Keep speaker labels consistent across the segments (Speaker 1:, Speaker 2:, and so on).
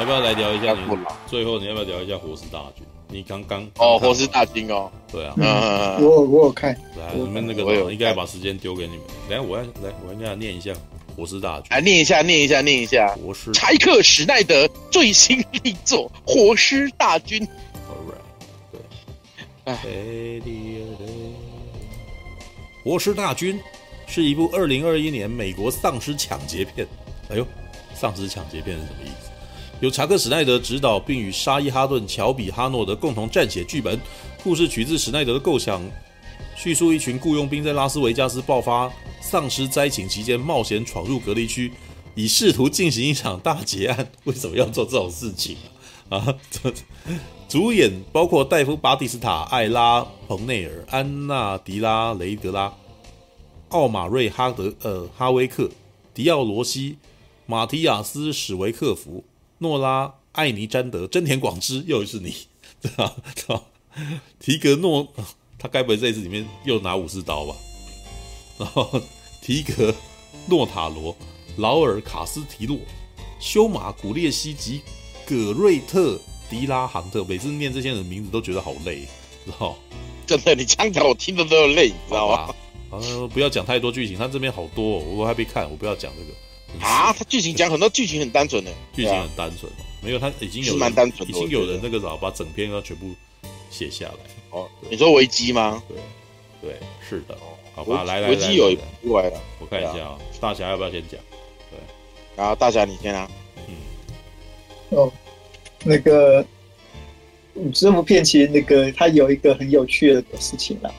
Speaker 1: 不要来聊一下最后你要不要聊一下活尸大军？你刚
Speaker 2: 活尸大军哦，
Speaker 1: 对啊，
Speaker 3: 我有看，
Speaker 1: 来你们那个应该把时间丢给你们。等一下我应该要念一下活尸大军，
Speaker 2: 来念一下。
Speaker 1: 活尸
Speaker 2: 柴克史奈德最新力作《活尸大军》。
Speaker 1: 对，活尸大军是一部2021年美国丧尸抢劫片。哎呦，丧尸抢劫片是什么意思？由查克·史奈德执导，并与沙伊·哈顿、乔比·哈诺德共同撰写剧本。故事取自史奈德的构想，叙述一群雇佣兵在拉斯维加斯爆发丧尸灾情期间冒险闯入隔离区，以试图进行一场大劫案。为什么要做这种事情啊？主演包括戴夫·巴蒂斯塔、艾拉·彭内尔、安娜·迪拉·雷德拉、奥马瑞·哈威克、迪奥·罗西、马提亚斯·史维克福、诺拉·艾尼詹德、真田广之，又是你，对吧？提格诺，他该不会这一次里面又拿武士刀吧？然后提格诺塔罗、劳尔·卡斯提洛、休马·古列西及葛瑞特·迪拉杭特，每次念这些人的名字都觉得好累，知道？
Speaker 2: 真的，你这样讲我听得都有累，你知道吗？
Speaker 1: 不要讲太多剧情，他这边好多我还没看，我不要讲这个。
Speaker 2: 他剧情讲很多，剧情很单纯的，
Speaker 1: 剧情很单纯，没有他已经有
Speaker 2: 蛮单纯的，
Speaker 1: 已经有人那个把整篇要全部写下来。
Speaker 2: 你说维基吗？
Speaker 1: 对，是的。好吧，来，
Speaker 2: 维基有出来了，
Speaker 1: 我看一下大侠要不要先讲？对，
Speaker 2: 然后大侠你先啊。
Speaker 3: 那个这部片其实那个它有一个很有趣的事情啦。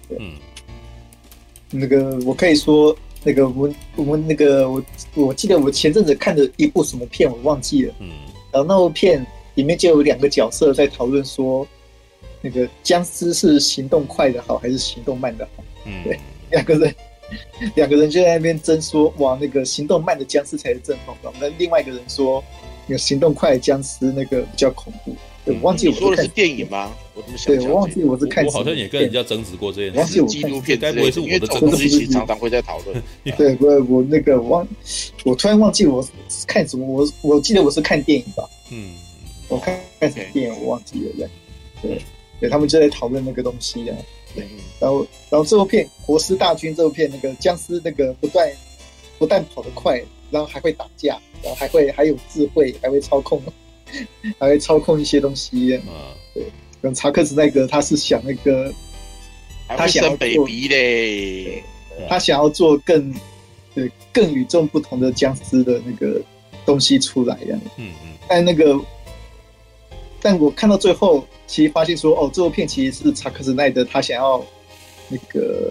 Speaker 3: 那个我可以说，那个我们那个我记得我前阵子看的一部什么片我忘记了。然后那部片里面就有两个角色在讨论说，那个僵尸是行动快的好还是行动慢的好？对，两个人就在那边争说，哇，那个行动慢的僵尸才是正方。那另外一个人说，那个行动快的僵尸那个比较恐怖。对，我忘记
Speaker 2: 你说的是电影吗？我怎么想？
Speaker 3: 对，我忘记我是看。
Speaker 1: 我好像也跟人家争执过这件事。
Speaker 2: 忘记纪录片，
Speaker 1: 该不会是我的
Speaker 2: 争执？一起常常会在讨论。
Speaker 3: 对，我突然忘记我看什么，我记得我是看电影吧。我看什么电影我忘记了。对，他们就在讨论那个东西的。然后这部片《活尸大军》这部片，那个僵尸那个不但跑得快，然后还会打架，然后还有智慧，还会操控一些东西。对，跟查克·史奈德他是想那个，他想要做
Speaker 2: baby 嘞，
Speaker 3: 他想要做更与众不同的僵尸的那个东西出来这样。但我看到最后，其实发现说，这部片其实是查克·史奈德他想要那个，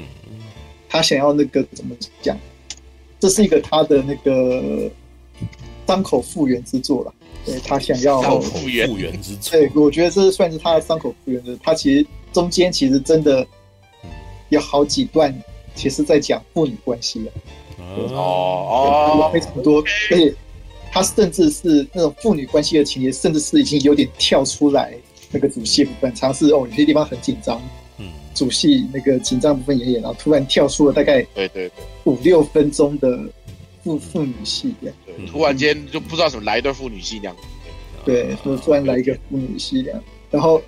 Speaker 3: 怎么讲？这是一个他的那个伤口复原之作啦。对，他想要
Speaker 1: 复原之作。
Speaker 3: 对，我觉得这算是他的伤口复原的。他其实中间其实真的有好几段，其实在讲父女关系的。非常多，而且他甚至是那种父女关系的情节，甚至是已经有点跳出来那个主戏部分，尝试有些地方很紧张，主戏那个紧张部分演，然后突然跳出了大概5-6分钟的父女戏，
Speaker 2: 突然间就不知道怎么来一段父女戏这样。
Speaker 3: 对，突然来一个父女戏这样，然后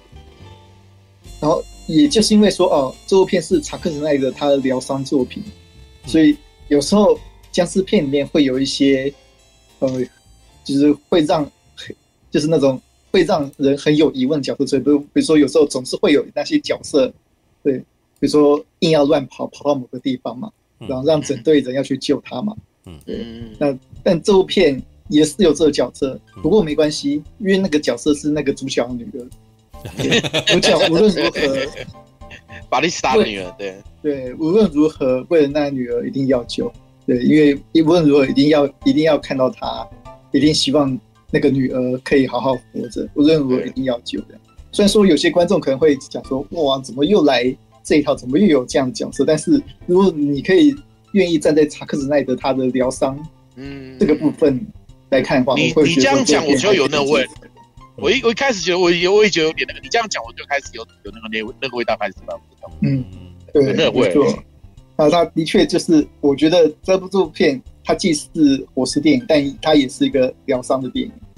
Speaker 3: 也就是因为说这部片是查克·史奈德他的疗伤作品，所以有时候僵尸片里面会有一些就是会让就是那种会让人很有疑问的角色，所以比如说有时候总是会有那些角色，对，比如说硬要乱跑到某个地方嘛，然后让整队人要去救他嘛。对，但这部片也是有这个角色，不过没关系，因为那个角色是那个主角的女儿，主角无论如何，
Speaker 2: 巴蒂斯塔的女儿，
Speaker 3: 对，无论如何为了那个女儿一定要救，对，因为无论如何一定要看到她，一定希望那个女儿可以好好活着，无论如何一定要救的。虽然说有些观众可能会讲说，哇，怎么又来这一套，怎么又有这样的角色？但是如果你可以愿意站在查克·史奈德他的疗伤这个部分来看的话，
Speaker 2: 你这样讲我就有那味。我一开始觉得我也觉得有点那个，你这样讲我就开始有那个味道开始了。
Speaker 3: 对，没错。那他的确就是，我觉得这部片它既是活尸电影，但它也是一个疗伤的电影。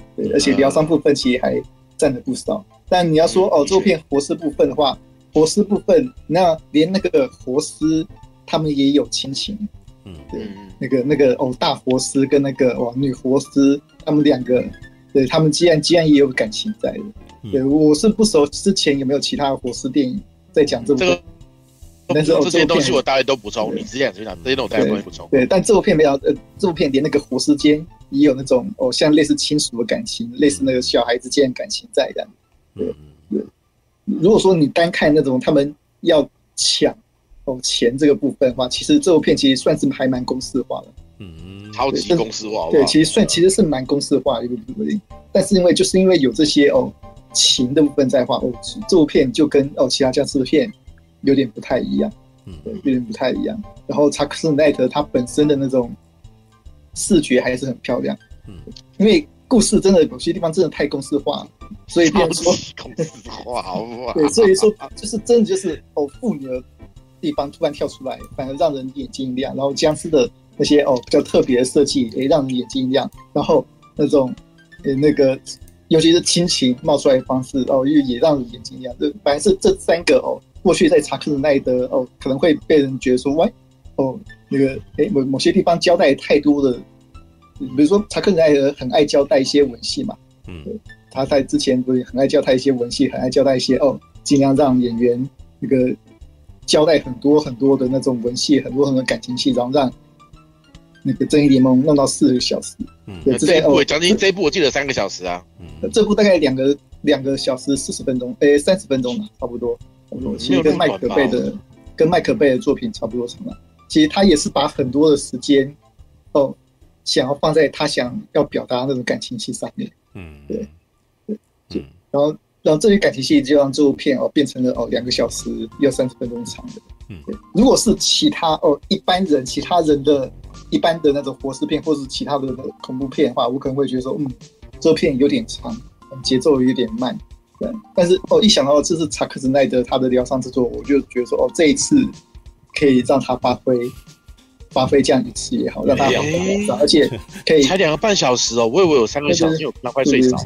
Speaker 3: 对，而且疗伤部分其实还占了不少。但你要说这部片活尸部分的话，活尸部分那连那个活尸他们也有亲情，对，那个大活尸跟那个女活尸，他们两个，对他们既然也有感情在的。对，我是不熟之前有没有其他的活尸电影在讲这部分。但是
Speaker 2: 这些东西我大概都补充，你之前讲这些东西我大概都会补充。
Speaker 3: 对，但这部片没有，这部片连那个活尸间也有那种像类似亲属的感情，类似那个小孩子间的感情在的。对，如果说你单看那种他们要抢钱这个部分的话，其实这部片其实算是还蛮公式化的。
Speaker 2: 超级公式化。
Speaker 3: 对，其实是蛮公式化的一部片，但是因为有这些情的部分在话，这部片就跟其他僵尸片有点不太一样，对，有点不太一样。然后查克斯奈特他本身的那种视觉还是很漂亮，因为故事真的有些地方真的太公式化了，所以变成说
Speaker 2: 公式化，好不好？
Speaker 3: 对，所以说就是真的就是妇女的地方突然跳出来，反而让人眼睛一亮。然后僵尸的那些比较特别的设计也让人眼睛一亮。然后那种那个尤其是亲情冒出来的方式也让人眼睛一亮。反正是这三个过去在查克斯奈德可能会被人觉得说那个某些地方交代太多的，比如说查克斯奈德很爱交代一些文戏嘛，他在之前不是很爱交代一些文戏，很爱交代一些尽量让演员那个交代很多很多的那种文戏，很多很多感情戏，然后让那个正义联盟弄到4个小时。
Speaker 2: 这一部将近这一部我记得3个小时啊，
Speaker 3: 这部大概2个小时40分钟，30分钟嘛，差不多。其实跟麦可贝的作品差不多长了。其实他也是把很多的时间想要放在他想要表达那种感情戏上面。对，然后这些感情戏就让这部片变成了2个小时要30分钟长的。对，如果是其他其他人的一般的那种活尸片，或是其他的恐怖片的话，我可能会觉得说，这部片有点长，节奏有点慢。对，但是一想到这是查克斯奈德他的疗伤之作，我就觉得说，这一次可以让他发挥这样一次也好，让他发挥疗伤，而且可以
Speaker 2: 才2个半小时我以为有3个小时，因为我快睡着。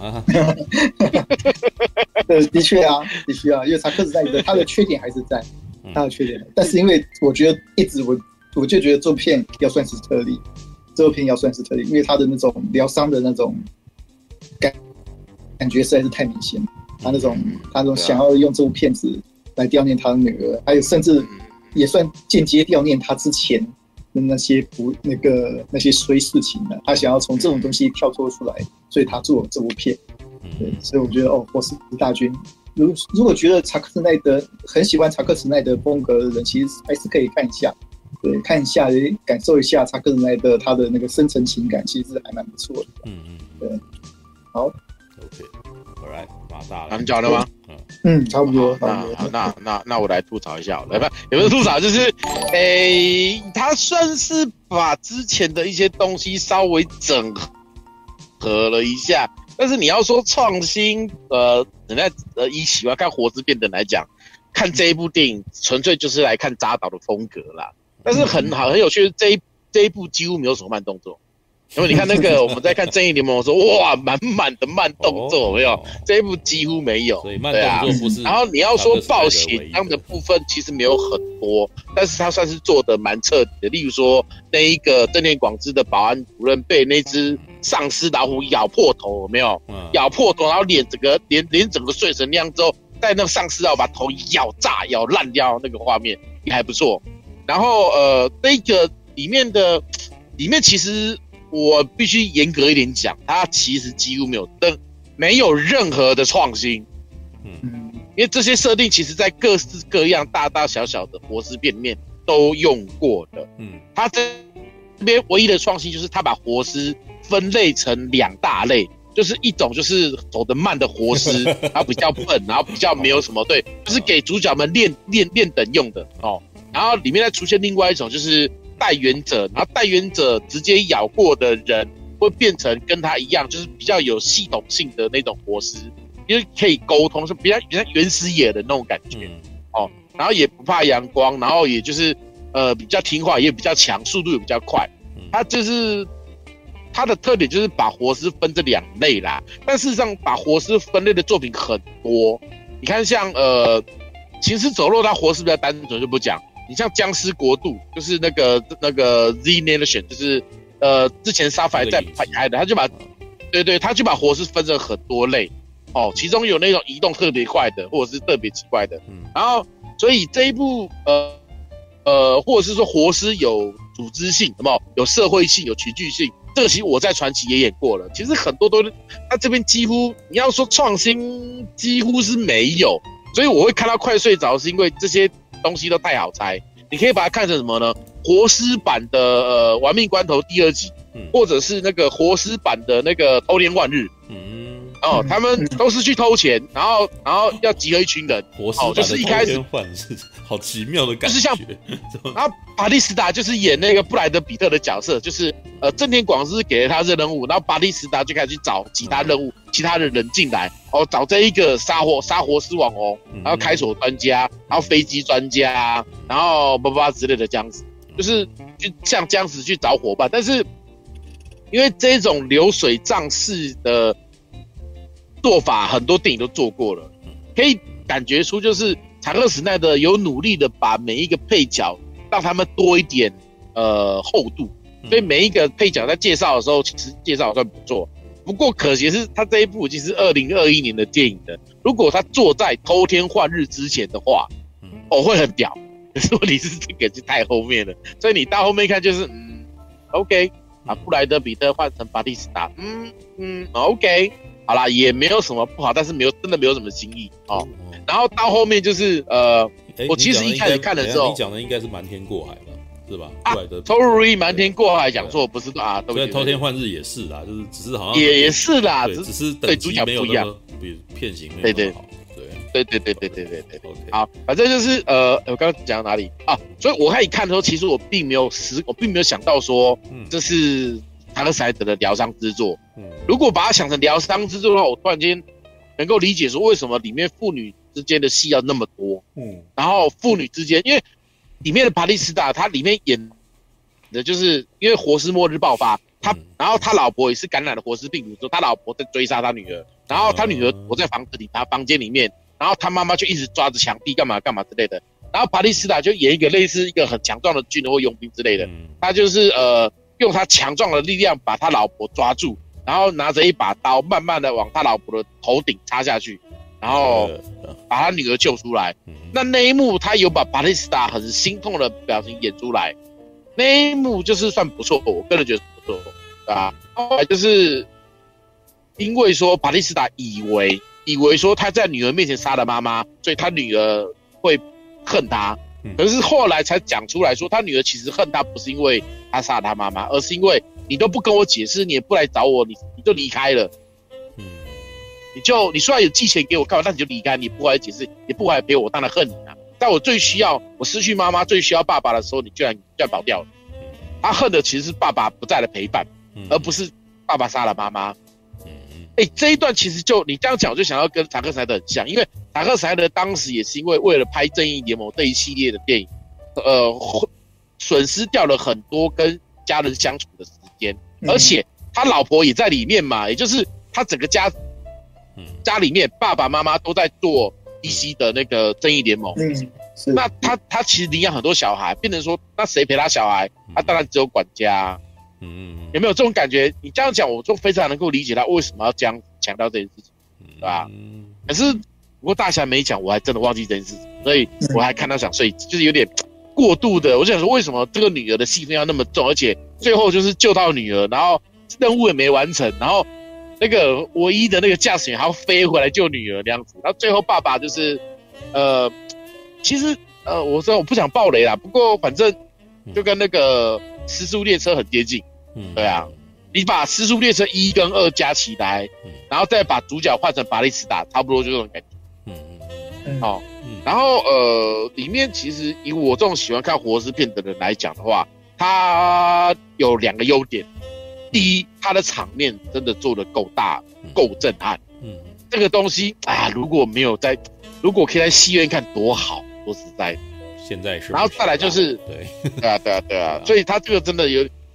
Speaker 3: 的确啊，因为查克斯奈德他的缺点还是在，但是因为我觉得我就觉得这部片要算是特例，因为他的那种疗伤的那种感觉实在是太明显了。他那种想要用这部片子来悼念他的女儿，还有甚至也算间接悼念他之前的那些衰事情的，他想要从这种东西跳脱出来，所以他做了这部片。对，所以我觉得活尸大军，如果觉得查克斯奈德很喜欢查克斯奈德风格的人，其实还是可以看一下。对，看一下，感受一下查克斯奈德他的那个深层情感，其实还蛮不错的。对，好
Speaker 1: ，OK，Alright， 马大了，
Speaker 2: 你讲了吗？
Speaker 3: 差不多。
Speaker 2: 那我来吐槽一下，有没有吐槽？就是他算是把之前的一些东西稍微整合了一下，但是你要说创新，人家以喜欢看活尸片的人来讲，看这一部电影纯粹就是来看扎导的风格啦。但是很有趣，这一部几乎没有什么慢动作。因为你看那个我们在看正义联盟的时候，哇，满满的慢动作，有没有？这一部几乎没有。
Speaker 1: 所以慢动作不是。
Speaker 2: 然后你要说爆血浆的部分，其实没有很多，但是他算是做的蛮彻底的。例如说，那一个正念广之的保安主任被那只丧尸老虎咬破头，有没有？咬破头，然后脸整个碎成那样之后，在那个丧尸把头咬炸、咬烂掉，那个画面也还不错。然后那个里面其实。我必须严格一点讲，它其实几乎没有任何的创新，因为这些设定其实在各式各样大大小小的活尸片里面都用过的，它这边唯一的创新就是它把活尸分类成2大类，就是一种就是走得慢的活尸，然后比较笨，然后比较没有什么对，就是给主角们练等用的然后里面再出现另外一种就是带原者，然后带原者直接咬过的人会变成跟他一样，就是比较有系统性的那种活尸，因为可以沟通，是比较原始野的那种感觉然后也不怕阳光，然后也就是比较听话，也比较强，速度也比较快。他就是它的特点就是把活尸分这两类啦。但事实上，把活尸分类的作品很多。你看像行尸走肉，它活尸比较单纯就不讲。你像僵尸国度，就是那个 Z Nation， 就是之前沙凡在拍的，他就把他就把活尸分成很多类哦，其中有那种移动特别快的，或者是特别奇怪的。然后所以这一部或者是说活尸有组织性，有社会性，有群聚性。这个其实我在传奇也演过了，其实很多都他这边几乎你要说创新几乎是没有，所以我会看到快睡着是因为这些东西都太好猜。你可以把它看成什么呢？活尸版的玩命关头第2集，或者是那个活尸版的那个偷天换日。他们都是去偷钱，然后要集合一群人。
Speaker 1: 活尸版的偷天换日，好奇妙的感觉。就是像，
Speaker 2: 然后巴蒂斯达就是演那个布莱德比特的角色，就是正田广之给了他这任务，然后巴蒂斯达就开始去找其他任务，其他的人进来，找这一个杀活尸网红，然后开锁专家，然后飞机专家，然后之类的这样子，就是就像这样子去找伙伴。但是因为这种流水账式的做法，很多电影都做过了，可以感觉出就是查克·史奈德有努力的把每一个配角让他们多一点厚度，所以每一个配角在介绍的时候，其实介绍还算不错。不过可惜是他这一部已经是2021年的电影了，如果他做在偷天换日之前的话，会很屌。可是问题是这个就太后面了，所以你到后面看就是OK， 把布莱德比特换成巴蒂斯达，OK。好啦，也没有什么不好，但是真的没有什么新意哦。然后到后面就是我其实一开始看的时候，
Speaker 1: 你讲的应该是瞒天过海吧，是吧？
Speaker 2: 偷如意瞒天过海讲错，不是啊？
Speaker 1: 对，偷天换日也是啦，就是只是好像
Speaker 2: 也是啦，
Speaker 1: 只是等级没有那么比片型没有那么好。对。
Speaker 2: 好，反正就是我刚刚讲到哪里啊？所以我开始看的时候，其实我并没有想到说这是查克·史奈德的疗伤之作。如果把它想成疗伤之作的话，我突然间能够理解说为什么里面父女之间的戏要那么多。然后父女之间，因为里面的巴蒂斯达他里面演的就是因为活尸末日爆发，然后他老婆也是感染了活尸病毒之后，他老婆在追杀他女儿，然后他女儿躲在房间里面，然后他妈妈就一直抓着墙壁干嘛之类的，然后巴蒂斯达就演一个类似一个很强壮的军人或佣兵之类的，他就是用他强壮的力量把他老婆抓住，然后拿着一把刀慢慢的往他老婆的头顶插下去，然后把他女儿救出来。那一幕他有把巴蒂斯达很心痛的表情演出来，那一幕就是算不错，我个人觉得不错啊。后来就是因为说巴蒂斯达以为说他在女儿面前杀了妈妈，所以他女儿会恨他。可是后来才讲出来说，他女儿其实恨他不是因为他杀了他妈妈，而是因为你都不跟我解释，你也不来找我，你就离开了。你虽然有寄钱给我干嘛，但你就离开，你不来解释，也不来陪我，当然恨你啊。在我最需要，我失去妈妈最需要爸爸的时候，你居然跑掉了。他恨的其实是爸爸不在的陪伴，而不是爸爸杀了妈妈。这一段其实就你这样讲，我就想要跟查克·史奈德很像，因为查克·史奈德当时也是因为了拍《正义联盟》这一系列的电影，损失掉了很多跟家人相处的时间，而且他老婆也在里面嘛，也就是他整个家里面爸爸妈妈都在做 DC 的那个正义联盟。那他其实领养很多小孩，变成说那谁陪他小孩？他当然只有管家。有没有这种感觉？你这样讲，我就非常能够理解他为什么要这样强调这件事情，对吧？可是不过大侠没讲，我还真的忘记这件事情，所以我还看到想睡，就是有点过度的。我就想说，为什么这个女儿的戏份要那么重，而且最后就是救到女儿，然后任务也没完成，然后那个唯一的那个驾驶员还要飞回来救女儿这样子，然后最后爸爸就是其实我说我不想爆雷啦，不过反正就跟那个时速列车很接近。对啊，你把时速列车1跟2加起来，然后再把主角换成巴蒂斯达，差不多就这种感觉。然后里面其实以我这种喜欢看活尸片的人来讲的话，它有2个优点。第一，它的场面真的做得够大，够震撼。这个东西啊，如果可以在戏院看多好，说实在的。
Speaker 1: 现在是。
Speaker 2: 然后再来就是，对啊，所以它这个真的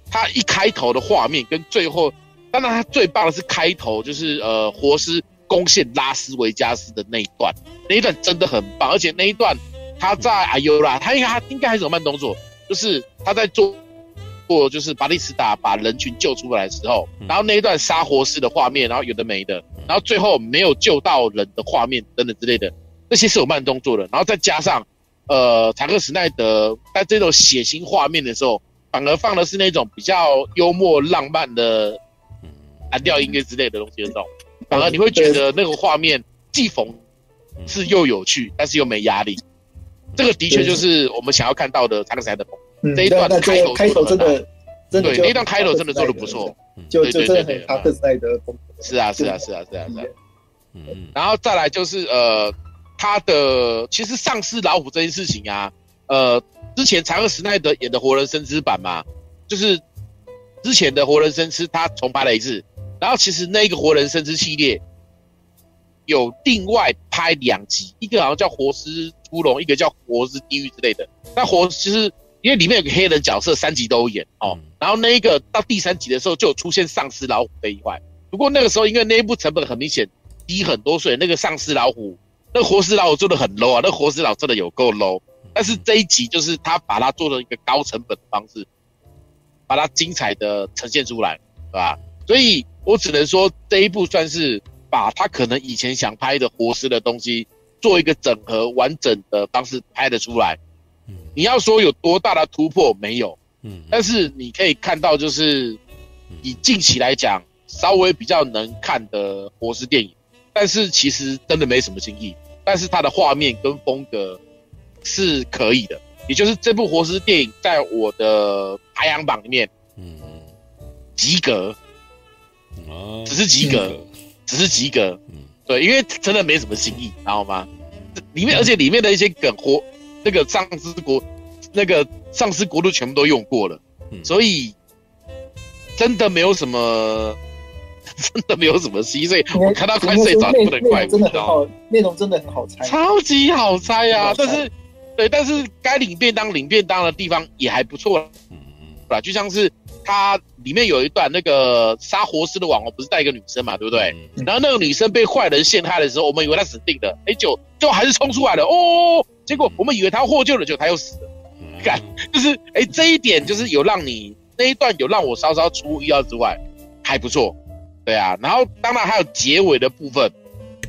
Speaker 2: 他一开头的画面跟最后，当然他最棒的是开头，就是活尸攻陷拉斯维加斯的那一段真的很棒，而且那一段他在他应该还是有慢动作，就是他在做就是巴蒂斯塔把人群救出来的时候，然后那一段杀活尸的画面，然后有的没的，然后最后没有救到人的画面等等之类的，那些是有慢动作的，然后再加上查克史奈德在这种血腥画面的时候，反而放的是那种比较幽默浪漫的蓝调音乐之类的东西的那种，反而你会觉得那个画面既讽刺又有趣，但是又没压力。这个的确就是我们想要看到的查克史奈德风。这一段
Speaker 3: 开头真的
Speaker 2: 对，那一段开头真的做得不错，
Speaker 3: 就真的很查克史奈德风格。
Speaker 2: 是啊。然后再来就是他的其实丧尸老虎这件事情啊，之前查克史奈德演的活人生吃版嘛，就是之前的活人生吃他重拍了一次，然后其实那个活人生吃系列有另外拍2集，一个好像叫活尸出笼，一个叫活尸地狱之类的。那就是因为里面有个黑人角色，3集都有演然后那一个到第3集的时候就有出现丧尸老虎这一块。不过那个时候因为那一部成本很明显低很多，所以那个丧尸老虎、那个活尸老虎做的很 low 啊，那个活尸老真的有够 low。但是这一集就是他把它做了一个高成本的方式，把它精彩的呈现出来，对吧？所以我只能说这一部算是把他可能以前想拍的活尸的东西做一个整合完整的方式拍得出来。你要说有多大的突破没有，但是你可以看到就是以近期来讲稍微比较能看的活尸电影，但是其实真的没什么新意，但是它的画面跟风格是可以的，也就是这部活尸电影在我的排行榜里面及格，只是及格，对，因为真的没什么新意，知道吗？而且里面的一些梗那个丧尸国度全部都用过了，所以真的没有什么新意，所以我看到快睡着不能怪我，
Speaker 3: 真的很好，内容真的很好猜，
Speaker 2: 超级好猜啊！但是该领便当的地方也还不错啦，就像是它里面有一段那个杀活尸的网红不是带一个女生嘛，对不对？然后那个女生被坏人陷害的时候，我们以为她死定了，就还是冲出来了结果我们以为她获救了，结果她又死了。就是这一点就是那一段有让我稍稍出乎意料之外，还不错，对啊。然后当然还有结尾的部分，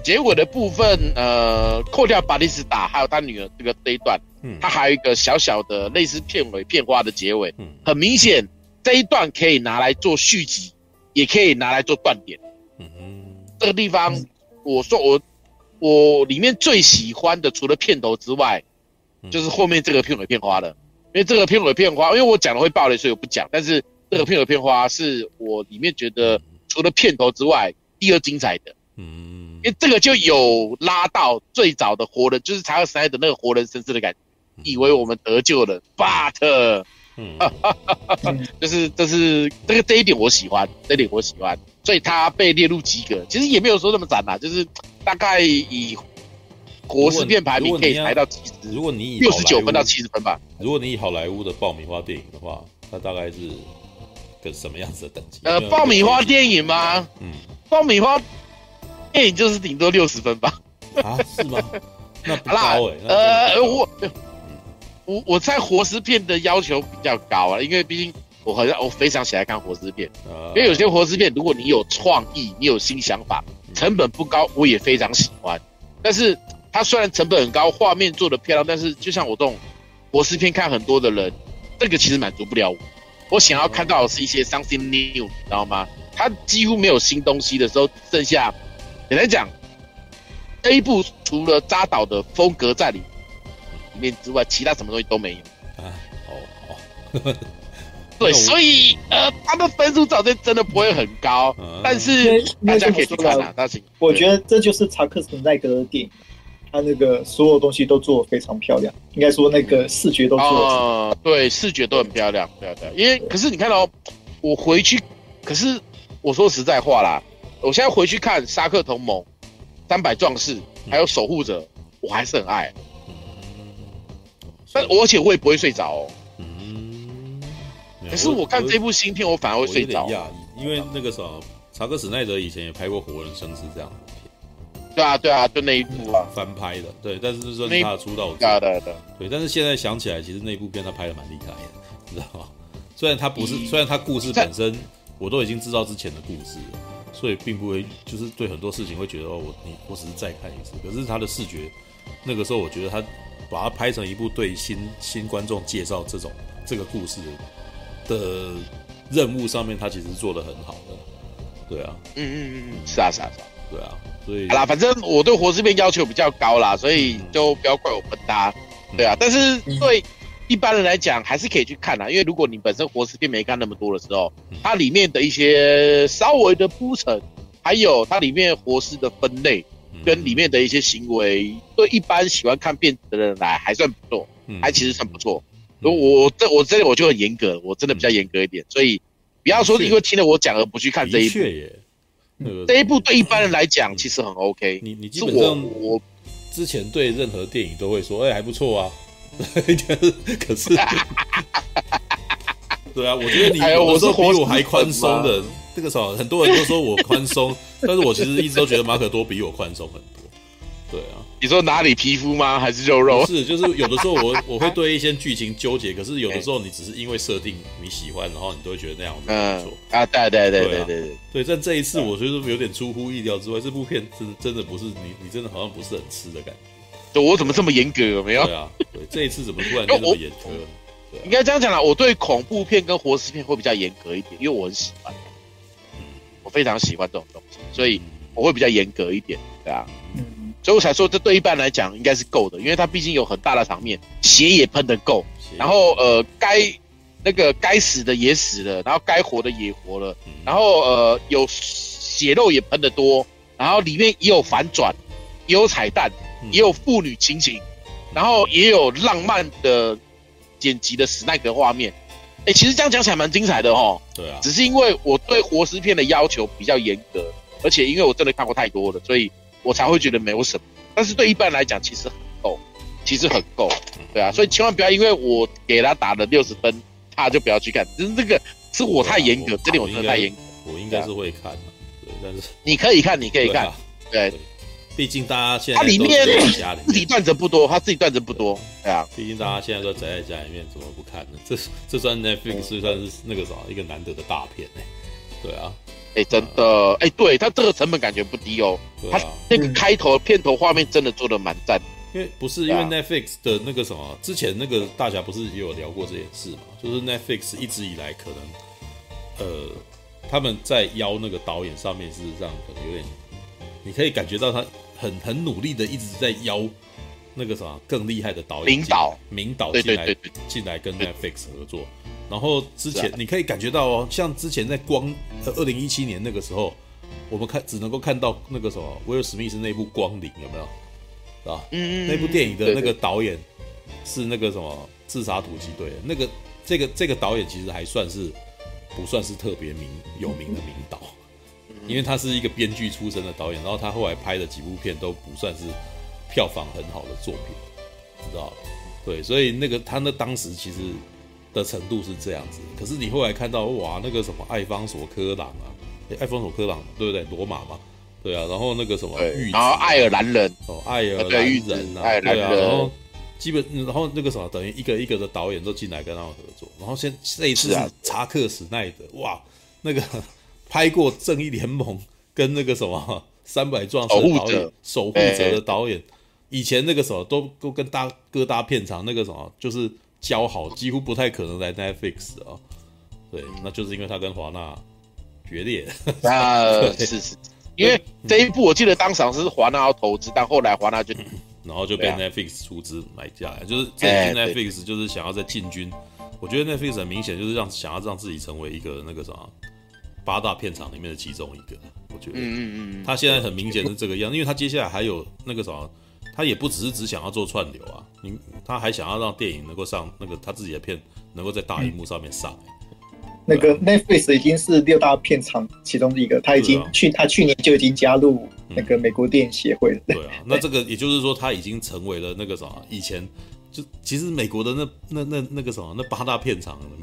Speaker 2: 扣掉巴蒂斯塔还有他女儿这一段，他还有一个小小的类似片尾片花的结尾，很明显这一段可以拿来做续集，也可以拿来做断点。这个地方我里面最喜欢的除了片头之外，就是后面这个片尾片花了。因为这个片尾片花，因为我讲了会爆雷，所以我不讲。但是这个片尾片花是我里面觉得除了片头之外第2精彩的。因为这个就有拉到最早的活人，就是查克史奈德的那个活人生吃的感觉，以为我们得救了 ，but，就是这一点我喜欢，所以他被列入及格。其实也没有说那么惨啦，就是大概以活尸片排名可以排到70，
Speaker 1: 如果你以
Speaker 2: 69分到70分吧。
Speaker 1: 如果你以好莱坞的爆米花电影的话，它大概是个什么样子的等级？
Speaker 2: 爆米花电影吗？爆米花电影就是顶多60分吧。
Speaker 1: 是吗？那不高
Speaker 2: 我在活尸片的要求比较高啊，因为毕竟我非常喜欢看活尸片，因为有些活尸片如果你有创意，你有新想法，成本不高，我也非常喜欢。但是它虽然成本很高，画面做得漂亮，但是就像我这种活尸片看很多的人，这个其实满足不了我。我想要看到的是一些 something new， 你知道吗？它几乎没有新东西的时候，剩下简单讲，这一部除了扎导的风格在里面之外，其他什么东西都没有。对，所以他的分数早就真的不会很高，但是大家可以去看啊。
Speaker 3: 我觉得这就是查克史奈德的电影，他那个所有东西都做得非常漂亮，应该说那个视觉都做得
Speaker 2: 对，视觉都很漂亮，对。因为可是你看到我回去，可是我说实在话啦，我现在回去看《沙克同盟》、《300壮士》还有《守护者》，我还是很爱。而且我也不会睡着
Speaker 1: 了
Speaker 2: 可是我看这部新片，我反而会睡着。
Speaker 1: 我有点讶异，因为那个什么查克史奈德以前也拍过《活人生》是这样的片。
Speaker 2: 对啊，就那一部啊，
Speaker 1: 翻拍的，对，但是这算是他的出道作。对，但是现在想起来，其实那部片他拍的蛮厉害的，你知道吗？虽然他故事本身我都已经知道之前的故事了，所以并不会就是对很多事情会觉得我只是再看一次，可是他的视觉那个时候我觉得他把它拍成一部对新观众介绍这个故事的任务上面，他其实做得很好的。对啊，
Speaker 2: 是啊，
Speaker 1: 对啊，所以
Speaker 2: 好啦，反正我对活尸片要求比较高啦，所以就不要怪我喷他。对啊，但是对一般人来讲还是可以去看啦，因为如果你本身活尸片没看那么多的时候，它里面的一些稍微的铺陈，还有它里面活尸的分类跟里面的一些行为，对一般喜欢看片子的人来还算不错，还其实算不错。我这里我就很严格，我真的比较严格一点，所以不要说因为听了我讲而不去看这一部。这一部对一般人来讲其实很 OK。
Speaker 1: 你基本上我之前对任何电影都会说，还不错啊。可是，对啊，我觉得你有的时候比我还宽松的，这个时候很多人都说我宽松，但是我其实一直都觉得马可多比我宽松很多。对啊，
Speaker 2: 你说哪里皮肤吗？还是肉肉？
Speaker 1: 是，就是有的时候我会对一些剧情纠结，可是有的时候你只是因为设定你喜欢，然后你都会觉得那样子不错
Speaker 2: 啊。对，
Speaker 1: 但这一次我觉得有点出乎意料之外，这部片真的不是你真的好像不是很吃的感觉。
Speaker 2: 对，我怎么这么严格？有没有？
Speaker 1: 对啊，对，这一次怎么突然间这么严苛？
Speaker 2: 应该这样讲啦，我对恐怖片跟活尸片会比较严格一点，因为我很喜欢，我非常喜欢这种东西，所以我会比较严格一点，对啊，所以我才说这对一般来讲应该是够的，因为它毕竟有很大的场面，血也喷得够，然后该死的也死了，然后该活的也活了，然后有血肉也喷得多，然后里面也有反转，也有彩蛋，也有父女亲情，然后也有浪漫的剪辑的史奈格画面。其实这样讲起来蛮精彩的齁。
Speaker 1: 对啊。
Speaker 2: 只是因为我对活尸片的要求比较严格，而且因为我真的看过太多了，所以我才会觉得没有什么。但是对一般人来讲，其实很够，对啊。所以千万不要因为我给他打了60分，他就不要去看。就是这个是我太严格，这点我真的太严格。
Speaker 1: 我应该是会看的，对，但是
Speaker 2: 你可以看，对。
Speaker 1: 毕竟大家现在
Speaker 2: 它里面自己段子不多，对啊。
Speaker 1: 毕竟大家现在都宅在家里面，怎么不看呢？这算 Netflix 算是那个啥一个难得的大片对啊。
Speaker 2: 真的，对，它这个成本感觉不低哦。它那个开头片头画面真的做的蛮赞。
Speaker 1: 因为因为 Netflix 的那个什么，之前那个大侠不是也有聊过这件事嘛？就是 Netflix 一直以来可能他们在邀那个导演上面，事实上可能有点，你可以感觉到他很努力的一直在邀那个什么更厉害的导演名导进来跟 Netflix 合作。然后之前你可以感觉到像之前在2017年那个时候，我们只能够看到那个什么威尔史密斯那部《光临》，有没有？啊，那部电影的那个导演是那个什么自杀突击队，那个这个导演其实还不算是特别有名的名导。因为他是一个编剧出身的导演，然后他后来拍的几部片都不算是票房很好的作品，知道？对，所以他当时其实的程度是这样子。可是你后来看到哇，那个什么艾方索科朗啊，艾方索科朗对不对？罗马嘛，对啊，然后那个什么
Speaker 2: 然后爱尔兰人
Speaker 1: 爱尔兰人啊，对啊，然后然后那个什么等于一个一个的导演都进来跟他们合作，然后这一次是查克史奈德，哇，那个。拍过《正义联盟》跟那个什么300壮士的导演、守护者的导演，以前那个什么都跟各大片场那个什么就是交好，几乎不太可能来 Netflix 对，那就是因为他跟华纳决裂。
Speaker 2: 是，因为这一部我记得当时是华纳要投资，但后来华纳
Speaker 1: 然后就被 Netflix 出资买下来，就是这一次 Netflix 就是想要再进军。我觉得 Netflix 很明显就是想要让自己成为一个那个什么。8大片场里面的其中一个，我觉得，他现在很明显是这个样，因为他接下来还有那个什么，他也不只想要做串流啊，他还想要让电影能够上那个他自己的片能够在大荧幕上面上。
Speaker 3: 那个 Netflix 已经是6大片场其中一个，他去年就已经加入那个美国电影协会了。
Speaker 1: 对啊，那这个也就是说，他已经成为了那个什么，以前就其实美国的那个什么那8大片场有没有？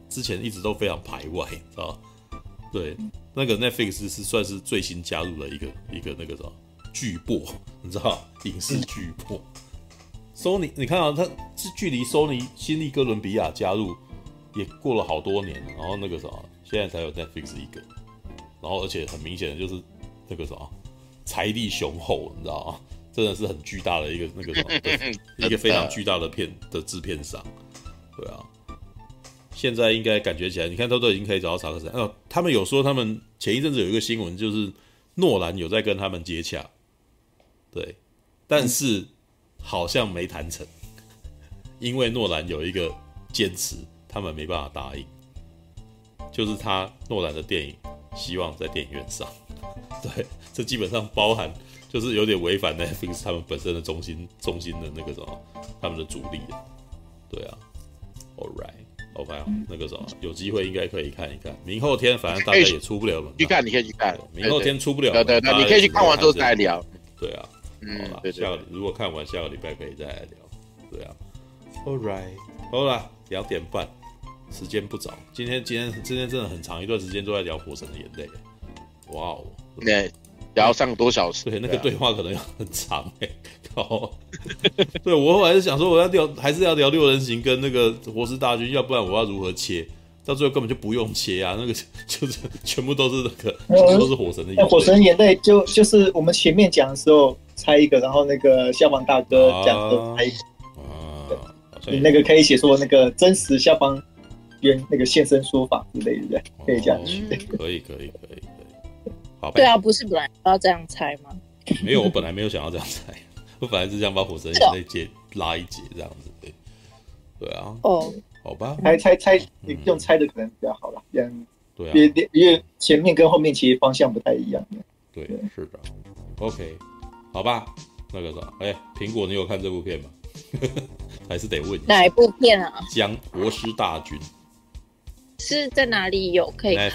Speaker 1: 之前一直都非常排外，知道吗？对，那个 Netflix 是算是最新加入的一个那个什么巨擘，你知道吗？影视巨擘。Sony 你看啊，它是距离 Sony 新力哥伦比亚加入也过了好多年，然后那个什么，现在才有 Netflix 一个，然后而且很明显的就是那个什么财力雄厚，你知道吗？真的是很巨大的一个那个什么一个非常巨大的制片商，对啊。现在应该感觉起来，你看都已经可以找到查克斯。他们有说他们前一阵子有一个新闻，就是诺兰有在跟他们接洽，对，但是好像没谈成，因为诺兰有一个坚持，他们没办法答应，就是诺兰的电影希望在电影院上，对，这基本上包含就是有点违反 Netflix 他们本身的中心的那个什么，他们的主力，对啊 ，All right。OK 那个什么，有机会应该可以看一看。明后天反正大家也出不了门，
Speaker 2: 去看，你可以去看。
Speaker 1: 明后天出不了门，
Speaker 2: 对，你可以去看完之后再来聊。
Speaker 1: 对啊，好啦，如果看完下个礼拜可以再来聊。对啊 ，All right， 好啦，2点半，时间不早。今天真的很长一段时间都在聊《火神的眼泪》。哇哦，
Speaker 2: 对，聊3个多小时。
Speaker 1: 对，那个对话可能要很长靠。对，我后来是想说，还是要聊6人行跟那个活尸大军，要不然我要如何切？到最后根本就不用切啊，那个就是全部都是都是火神的眼泪。
Speaker 3: 火神眼泪就是我们前面讲的时候猜一个，然后那个消防大哥讲的猜一个。你那个可以写说那个真实消防员那个现身说法之类的，可以这样去。
Speaker 1: 可以。好，
Speaker 4: 对啊，不是本来要这样猜吗？
Speaker 1: 没有，我本来没有想要这样猜。我本来是想把火神眼泪拉一节这样子，对啊，好吧，
Speaker 3: 猜，用猜的可能比较好啦，这样
Speaker 1: 对啊，
Speaker 3: 因为前面跟后面其实方向不太一样，
Speaker 1: 对，是的 ，OK， 好吧，那个啥，苹果你有看这部片吗？还是得问一下
Speaker 4: 哪一部片啊？
Speaker 1: 讲活尸大军
Speaker 4: 是在哪里有可以看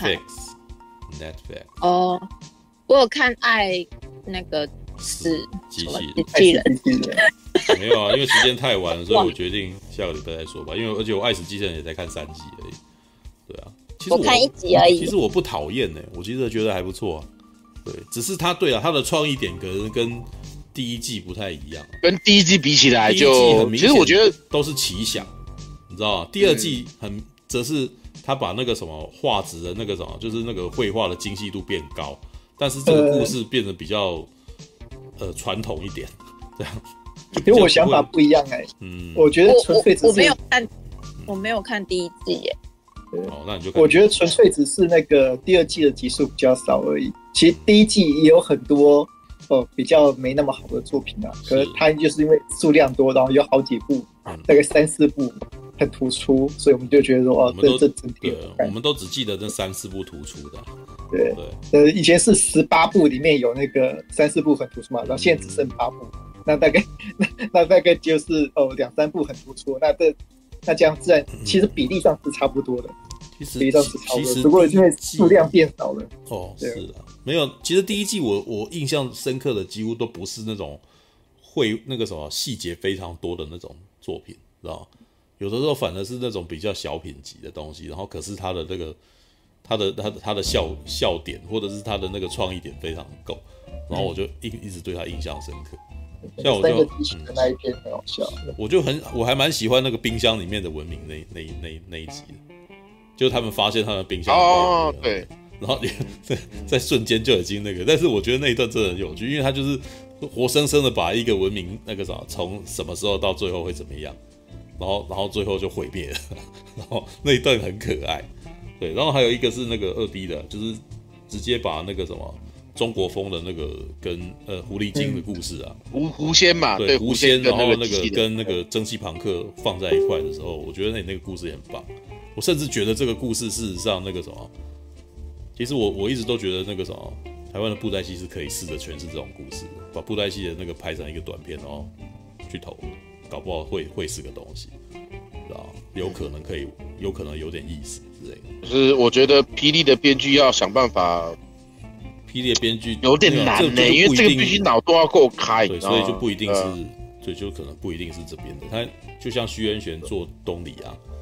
Speaker 1: ？Netflix
Speaker 4: 哦，我有看爱那个。是
Speaker 1: 机
Speaker 4: 器人
Speaker 1: 没有啊，因为时间太晚了，所以我决定下个礼拜再说吧。因为而且我爱死机器人也才看3集而已，对啊，其实
Speaker 4: 我看1集而已。
Speaker 1: 其实我不讨厌我其实觉得还不错啊。对，只是他的创意点可能跟第一季不太一样，
Speaker 2: 跟第一季比起来就，其实我觉得
Speaker 1: 都是奇想，你知道吗？第2季则是他把那个什么画质的那个什么，就是那个绘画的精细度变高，但是这个故事变得比较。传统一点，这样。
Speaker 3: 因为我想法不一样我觉得纯粹只是
Speaker 4: 我没有看第1季耶。
Speaker 1: 那你就看。
Speaker 3: 我觉得纯粹只是那个第2季的集数比较少而已。其实第1季也有很多比较没那么好的作品啊，可是它就是因为数量多，然后有好几部，大概3-4部很突出，所以我们就觉得说这整体
Speaker 1: 我们都只记得这3-4部突出的。
Speaker 3: 对，以前是18部里面有那个3-4部很突出嘛，然后现在只剩8部，那大概就是2-3部很突出，那这样自然其实比例上是差不多的，比例上是差不多的，不过因为数量变少了。
Speaker 1: 是啊，没有，其实第1季我印象深刻的几乎都不是那种会那个什么细节非常多的那种作品，知道吗？有的时候反而是那种比较小品级的东西，然后可是他的那个他的笑点或者是他的那个创意点非常够，然后我就一直对他印象深刻。像我就
Speaker 3: 那一篇很好笑，
Speaker 1: 我还蛮喜欢那个冰箱里面的文明那一集的，就他们发现他们冰箱
Speaker 2: 对，
Speaker 1: 然后在瞬间就已经那个，但是我觉得那一段真的很有趣，因为他就是活生生的把一个文明那个啥从什么时候到最后会怎么样，然后最后就毁灭了，然后那一段很可爱。对，然后还有一个是那个2D 的，就是直接把那个什么中国风的那个跟狐狸精的故事啊，
Speaker 2: 狐仙嘛，对，
Speaker 1: 狐仙，然后那个跟那个蒸汽朋克放在一块的时候，我觉得那个故事也很棒。我甚至觉得这个故事事实上那个什么，其实我一直都觉得那个什么台湾的布袋戏是可以试着诠释这种故事的，把布袋戏的那个拍成一个短片，然后去投，搞不好会是个东西，知道？有可能有点意思之类的。
Speaker 2: 就是我觉得霹雳的编剧要想办法，
Speaker 1: 霹雳的编剧
Speaker 2: 有点难因为这个必须脑洞要够开，
Speaker 1: 对，所以就不一定是，所以就可能不一定是这边的。他就像徐元玄做东里啊，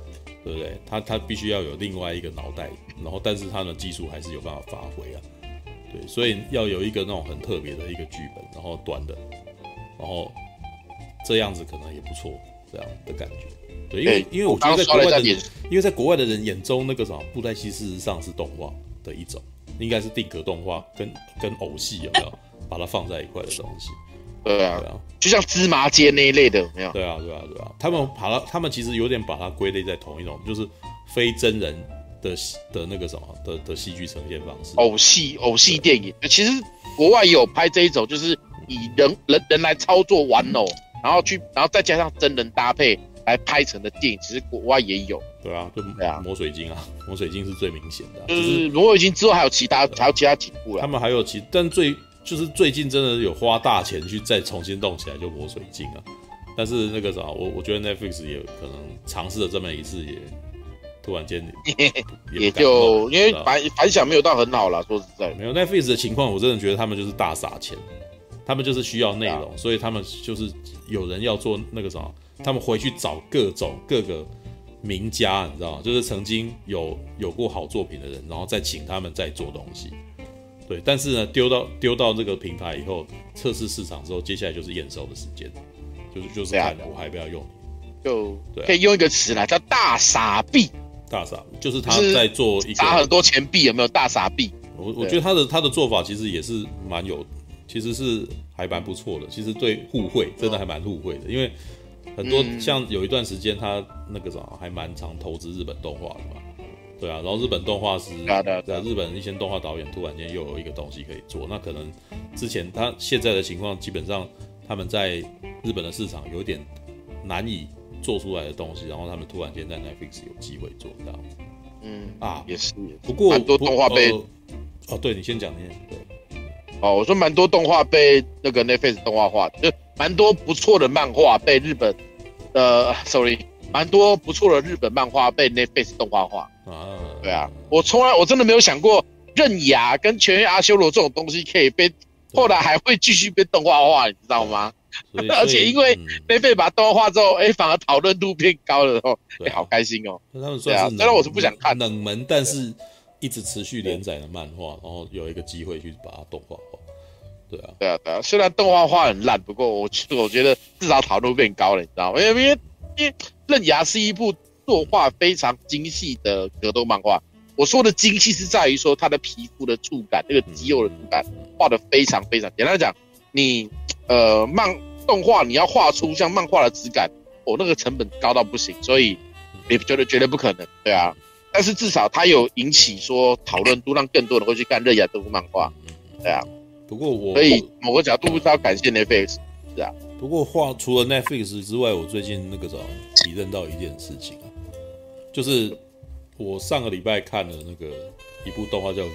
Speaker 1: 对不对？他必须要有另外一个脑袋，然后但是他的技术还是有办法发挥啊。对，所以要有一个那种很特别的一个剧本，然后短的，然后这样子可能也不错，这样的感觉。对，因为我觉得在国外的人眼中，那个什么布袋戏事实上是动画的一种，应该是定格动画跟偶戏有没有把它放在一块的东西？
Speaker 2: 对啊，就像芝麻街那一类的，有没有？
Speaker 1: 对啊，他们其实有点把它归类在同一种，就是非真人的那个什么的戏剧呈现方式。偶
Speaker 2: 戏电影，其实国外也有拍这一种，就是以人来操作玩偶，然后再加上真人搭配来拍成的电影，其实国外也有。
Speaker 1: 对啊，就魔水晶啊，魔水晶是最明显的、
Speaker 2: 就是魔水晶之后还有其他几部啦。
Speaker 1: 他们还有但最近真的有花大钱去再重新动起来，就魔水晶啊。但是那个啥，我觉得 Netflix 也可能尝试了这么一次，也突然间
Speaker 2: 也就因为反响没有到很好啦，说实在，
Speaker 1: 没有 Netflix 的情况，我真的觉得他们就是大撒钱，他们就是需要内容，所以他们就是有人要做那个啥，他们回去找各个名家，你知道吗？就是曾经有过好作品的人，然后再请他们再做东西。对，但是呢，丢到这个平台以后，测试市场之后，接下来就是验收的时间，就是看我还不要用你，
Speaker 2: 就可以用一个词来叫大傻逼。
Speaker 1: 大傻就是他在做一个
Speaker 2: 砸很多钱币，有没有大傻逼？
Speaker 1: 我觉得他的做法其实也是其实是还蛮不错的。其实对互惠真的还蛮互惠的，因为很多像有一段时间他那个啥还蛮常投资日本动画的嘛。对啊，然后日本动画师，日本一些动画导演突然间又有一个东西可以做，那可能之前他现在的情况，基本上他们在日本的市场有一点难以做出来的东西，然后他们突然间在 Netflix 有机会做这样子。
Speaker 2: 也是。
Speaker 1: 不过
Speaker 2: 蛮多动画被
Speaker 1: 对你先讲对。
Speaker 2: 我说蛮多动画被那个 Netflix 动画化，就蛮多不错的漫画被日本蛮多不错的日本漫画被 Netflix 动画化。对啊，我真的没有想过刃牙跟全员阿修罗这种东西可以后来还会继续被动画化，你知道吗？而且因为Netflix把动画化之后，反而讨论度变高了哦，好开心哦。
Speaker 1: 他们算是
Speaker 2: 虽然我是不想看
Speaker 1: 冷门，但是一直持续连载的漫画，然后有一个机会去把它动画化。对
Speaker 2: 啊，虽然动画化很烂，不过我觉得至少讨论度变高了，你知道吗？因为刃牙是一部作画非常精细的格斗漫画。我说的精细是在于说它的皮肤的触感，那个肌肉的触感画得非常非常。简单讲，你动画你要画出像漫画的质感，那个成本高到不行，所以也觉得绝对不可能，对啊。但是至少它有引起说讨论度，让更多人会去看刃牙这部漫画，对啊。
Speaker 1: 不过
Speaker 2: 所以某个角度是要感谢 Netflix， 是啊。
Speaker 1: 不过除了 Netflix 之外，我最近那个体认到一件事情啊，就是我上个礼拜看了那个一部动画叫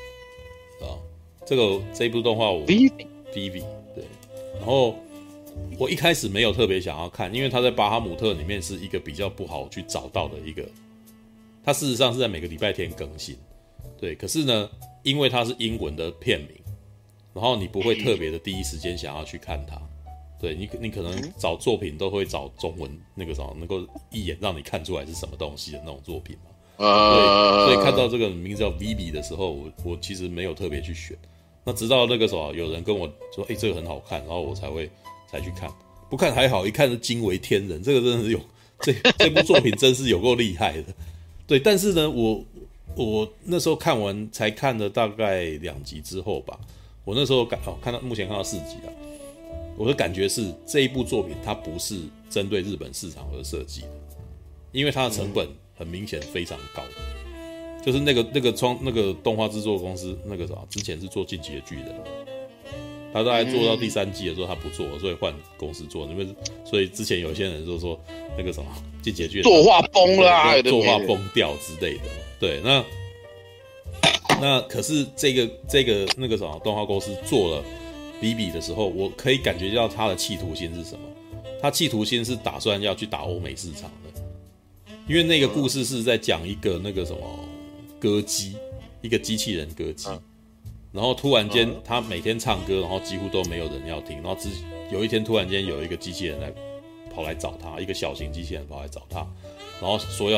Speaker 1: Vivi 啊，这一部动画Vivi 对，然后我一开始没有特别想要看，因为它在巴哈姆特里面是一个比较不好去找到的一个，它事实上是在每个礼拜天更新，对，可是呢，因为它是英文的片名，然后你不会特别的第一时间想要去看它。对你可能找作品都会找中文那个能够一眼让你看出来是什么东西的那种作品嘛。所以看到这个名字叫 Vivi 的时候，我其实没有特别去选。那直到那个时候有人跟我说，这个很好看，然后我才去看。不看还好，一看是惊为天人，这个真的是这部作品真是有够厉害的。对，但是呢，我那时候看完才看了大概2集之后吧，我那时候目前看到4集了。我的感觉是这一部作品它不是针对日本市场而设计的，因为它的成本很明显非常高。就是那个动画制作公司之前是做《进击的巨人》，他大概做到第3季的时候他不做了，所以换公司做。所以之前有些人就说那个《进击的巨人》
Speaker 2: 作画崩了啊，
Speaker 1: 作画崩掉之类的。对，那可是这个动画公司做了Vivi的时候，我可以感觉到他的企图心是什么？他企图心是打算要去打欧美市场的，因为那个故事是在讲一个歌姬，一个机器人歌姬，然后突然间他每天唱歌，然后几乎都没有人要听，然后有一天突然间有一个机器人跑来找他，一个小型机器人跑来找他，然后说要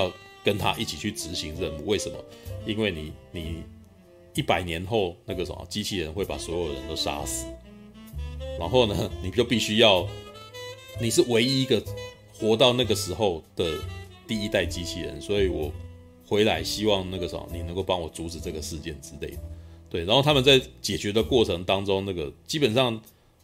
Speaker 1: 跟他一起去执行任务。为什么？因为你100年后那个什么机器人会把所有人都杀死，然后呢，你就必须要，你是唯一一个活到那个时候的第一代机器人，所以我回来希望那个什么，你能够帮我阻止这个事件之类的。对，然后他们在解决的过程当中，那个基本上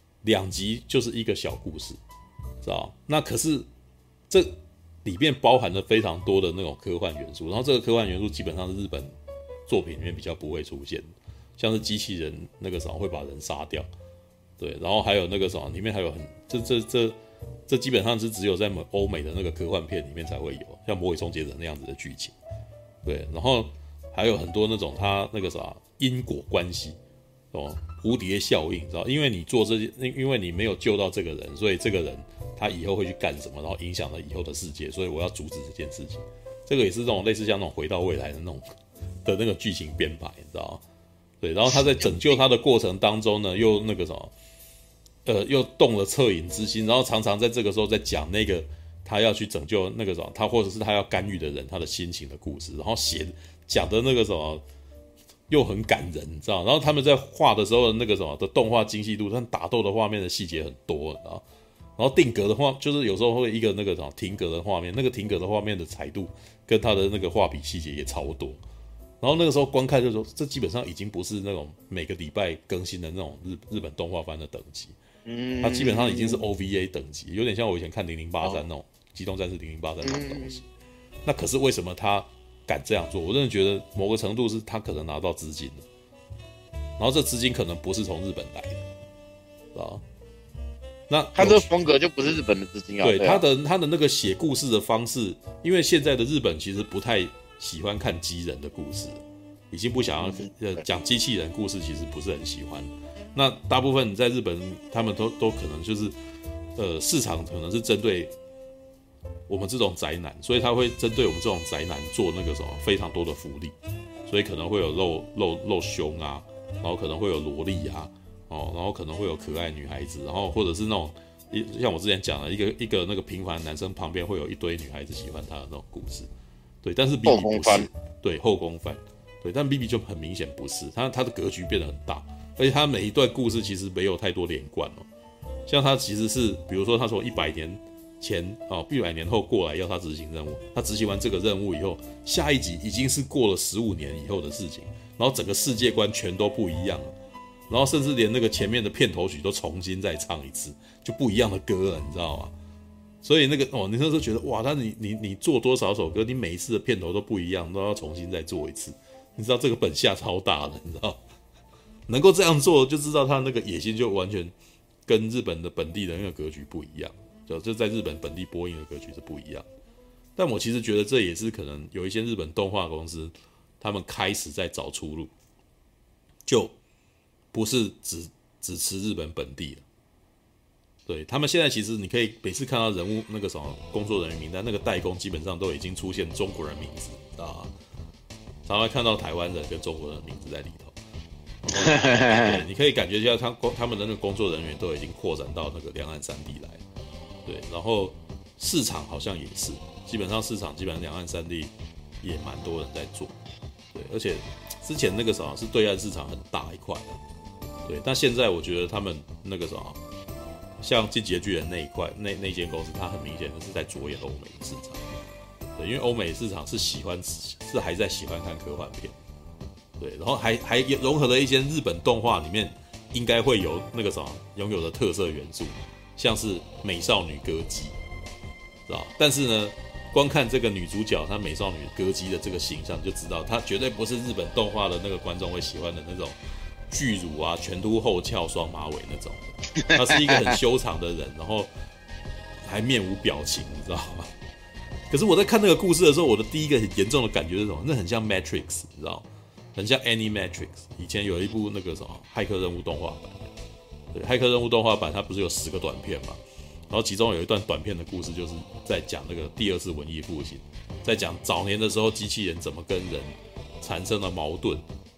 Speaker 1: 2集就是一个小故事，知道？那可是这里面包含了非常多的那种科幻元素，然后这个科幻元素基本上是日本作品里面比较不会出现的，像是机器人那个什么会把人杀掉，对，然后还有那个什么里面还有这基本上是只有在欧美的那个科幻片里面才会有，像《魔鬼终结者》那样子的剧情，对，然后还有很多那种他那个啥因果关系哦，蝴蝶效应，知道？因为你做这些，因为你没有救到这个人，所以这个人他以后会去干什么，然后影响了以后的世界，所以我要阻止这件事情。这个也是这种类似像那种回到未来的那种的那个剧情编排，你知道吗？对，然后他在拯救他的过程当中呢，又那个什么，又动了恻隐之心，然后常常在这个时候在讲那个他要去拯救那个什么，他或者是他要干预的人他的心情的故事，然后讲的那个什么又很感人，你知道？然后他们在画的时候那个什么的动画精细度，他们打斗的画面的细节很多，你知道？然后定格的话，就是有时候会一个那个什么停格的画面，那个停格的画面的彩度跟他的那个画笔细节也超多。然后那个时候观看的时候，这基本上已经不是那种每个礼拜更新的那种日本动画番的等级，它基本上已经是 OVA 等级，有点像我以前看0083那种机动战士0083那种东西。那可是为什么他敢这样做？我真的觉得某个程度是他可能拿到资金了，然后这资金可能不是从日本来的，啊。那
Speaker 2: 他这个风格就不是日本的资金啊。
Speaker 1: 对，他的那个写故事的方式，因为现在的日本其实不太喜欢看机人的故事，已经不想要讲机器人故事，其实不是很喜欢。那大部分在日本，他们都可能就是市场可能是针对我们这种宅男，所以他会针对我们这种宅男做那个什么非常多的福利，所以可能会有露胸啊，然后可能会有萝莉啊。哦，然后可能会有可爱女孩子，然后或者是那种像我之前讲的一个那个平凡男生旁边会有一堆女孩子喜欢他的那种故事，对，但是 BB 不是，对，后宫番，对，但 BB 就很明显不是，他的格局变得很大，而且他每一段故事其实没有太多连贯哦，像他其实是，比如说他从100年前哦，100年后过来要他执行任务，他执行完这个任务以后，下一集已经是过了15年以后的事情，然后整个世界观全都不一样了。然后甚至连那个前面的片头曲都重新再唱一次，就不一样的歌了，你知道吗？所以那个你那时候觉得哇，你做多少首歌，你每一次的片头都不一样，都要重新再做一次，你知道这个本下超大的，你知道？能够这样做，就知道他那个野心就完全跟日本的本地的那个格局不一样，就在日本本地播映的格局是不一样。但我其实觉得这也是可能有一些日本动画公司，他们开始在找出路，就不是只吃日本本地了，对，他们现在其实你可以每次看到人物那个什么工作人员名单，那个代工基本上都已经出现中国人名字啊，常常看到台湾人跟中国人的名字在里头。对，你可以感觉一下他们的那个工作人员都已经扩展到那个两岸三地来，对，然后市场好像也是，基本上两岸三地也蛮多人在做，对，而且之前那个什么是对岸市场很大一块的。对，但现在我觉得他们那个什么，像进击的巨人那一块，那间公司，它很明显的是在着眼欧美的市场。对，因为欧美市场是还在喜欢看科幻片，对，然后还融合了一些日本动画里面应该会有那个什么拥有的特色元素，像是美少女歌姬，知道？但是呢，光看这个女主角她美少女歌姬的这个形象，就知道她绝对不是日本动画的那个观众会喜欢的那种。巨乳啊，全秃后翘、双马尾那种的，他是一个很修长的人，然后还面无表情，你知道吗？可是我在看那个故事的时候，我的第一个很严重的感觉是什么？那很像 Matrix， 你知道吗？很像 Animatrix。以前有一部那个什么骇客任务动画版，对，骇客任务动画版它不是有10个短片嘛？然后其中有一段短片的故事，就是在讲那个第2次文艺复兴，在讲早年的时候机器人怎么跟人产生了矛盾。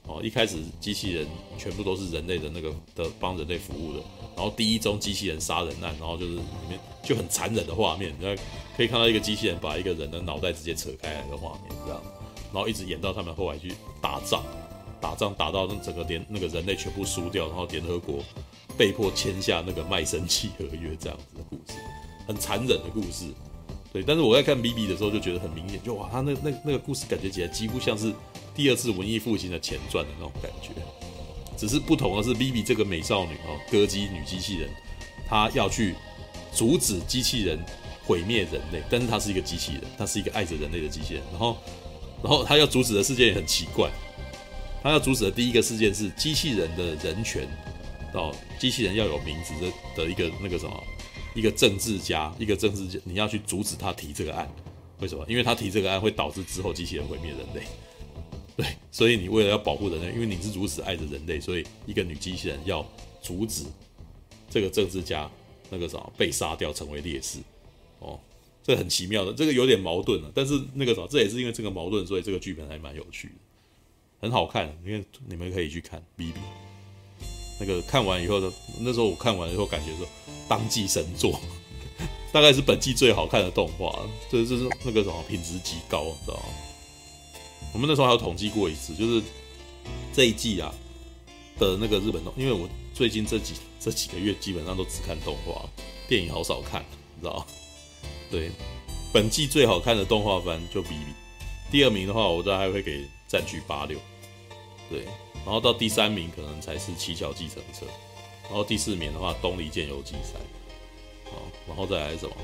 Speaker 1: 哦，一开始机器人全部都是人类的那个的帮人类服务的，然后第一宗机器人杀人案，然后就是里面就很残忍的画面，你可以看到一个机器人把一个人的脑袋直接扯开来的画面，这样，然后一直演到他们后来去打仗打到整个那个人类全部输掉，然后联合国被迫签下那个卖身契合约这样子的故事，很残忍的故事。对，但是我在看 BB 的时候就觉得很明显，就哇，他那个故事感觉起来几乎像是第二次文艺复兴的前传的那种感觉，只是不同的是 BB 这个美少女哦，歌姬女机器人，她要去阻止机器人毁灭人类，但是她是一个机器人，她是一个爱着人类的机器人，然后她要阻止的事件也很奇怪，她要阻止的第一个事件是机器人的人权哦，机器人要有名字的一个那个什么。一个政治家，你要去阻止他提这个案，为什么？因为他提这个案会导致之后机器人毁灭人类，对，所以你为了要保护人类，因为你是如此爱着人类，所以一个女机器人要阻止这个政治家那个被杀掉，成为烈士，哦，这很奇妙的，这个有点矛盾了，但是那个这也是因为这个矛盾，所以这个剧本还蛮有趣的，很好看，因为你们可以去看 BB。那个看完以后的，那时候我看完以后感觉说当季神作，大概是本季最好看的动画，这是那个品质极高，你知道吗？我们那时候还有统计过一次，就是这一季啊的那个日本动，因为我最近这几个月基本上都只看动画，电影好少看，你知道吗？对，本季最好看的动画番就 BB， 第二名的话我大概会给占据86，对。然后到第3名可能才是《七巧计程车》，然后第4名的话《东离剑游记3》，然后再来是什么？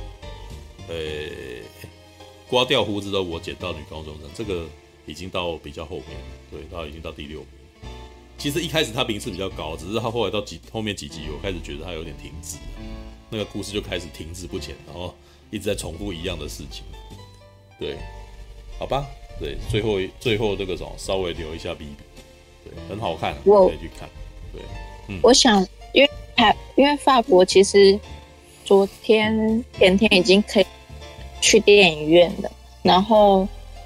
Speaker 1: 刮掉胡子的我捡到女高中生，这个已经到比较后面，对，它已经到第6名。其实一开始它名次比较高，只是它后来到后面几集，我开始觉得它有点停滞，那个故事就开始停滞不前，然后一直在重复一样的事情。对，好吧，对，最后那个稍微留一下 BB。对，很好看，可以去看。对，
Speaker 4: 我想，因为法国其实昨天前天已经可以去电影院了，然后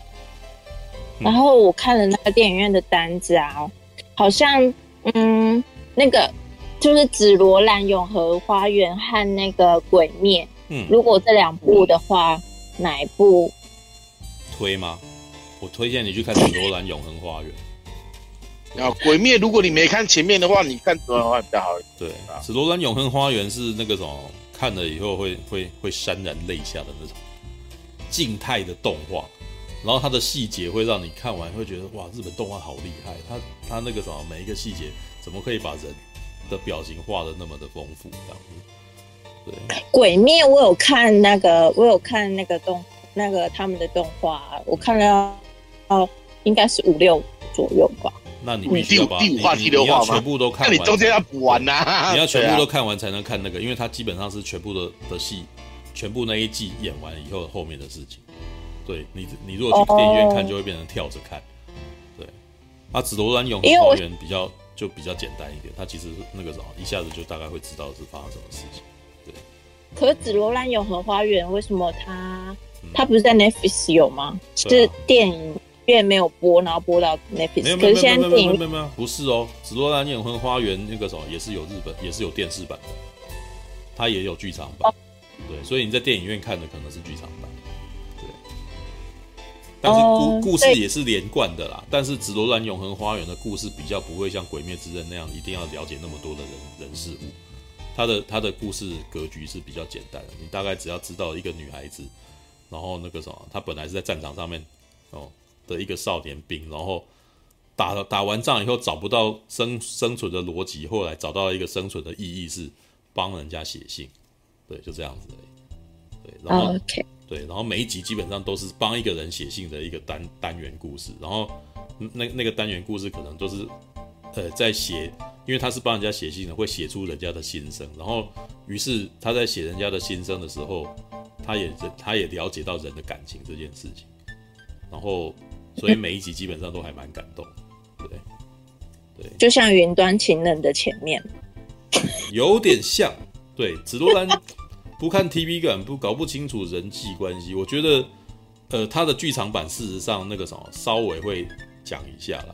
Speaker 4: 我看了那个电影院的单子啊，好像那个就是紫罗兰永和花园和那个鬼灭，如果这2部的话，哪一部
Speaker 1: 推吗？我推荐你去看紫罗兰永恒花园。
Speaker 2: 鬼灭，如果你没看前面的话，你看紫罗兰花园比较好。
Speaker 1: 对，紫罗兰永恒花园是那个看了以后会潸然泪下的那种静态的动画，然后它的细节会让你看完会觉得哇，日本动画好厉害，它那个每一个细节怎么可以把人的表情画得那么的丰富这样子？对，
Speaker 4: 鬼灭我有看那个他们的动画，我看了应该是5-6左右吧。
Speaker 1: 那你必须要把
Speaker 2: 第五话、第6话吗？
Speaker 1: 全部都看完，
Speaker 2: 那你中间要补完啊！
Speaker 1: 你要全部都看完才能看那个，因为它基本上是全部的戏，全部那一季演完以后后面的事情。对你如果去电影院看，就会变成跳着看。对，紫罗兰永恒花园比较简单一点，它其实那个一下子就大概会知道是发生什么事情。对。
Speaker 4: 可是紫罗兰永恒花园为什么它不是在 Netflix 有吗？是电影院没有播，然后播到 Netflix。可是现在电影
Speaker 1: 没有，不是哦。紫罗兰永恒花园那个也是有日本，也是有电视版的，它也有剧场版。对，所以你在电影院看的可能是剧场版。对。但是故事也是连贯的啦。但是紫罗兰永恒花园的故事比较不会像《鬼灭之刃》那样一定要了解那么多的人事物。它的故事格局是比较简单的，你大概只要知道一个女孩子，然后那个她本来是在战场上面的一个少年兵，然后打完仗以后找不到生存的逻辑，后来找到一个生存的意义是帮人家写信，对，就这样子而已。对，然后、对，然后每一集基本上都是帮一个人写信的一个单元故事，然后那个单元故事可能都是在写，因为他是帮人家写信的，会写出人家的心声，然后于是他在写人家的心声的时候，他也了解到人的感情这件事情，然后所以每一集基本上都还蛮感动，对，
Speaker 4: 就像云端情人的前面，
Speaker 1: 有点像，对，紫罗兰不看 TV 感搞不清楚人际关系，我觉得他的剧场版事实上那个稍微会讲一下啦。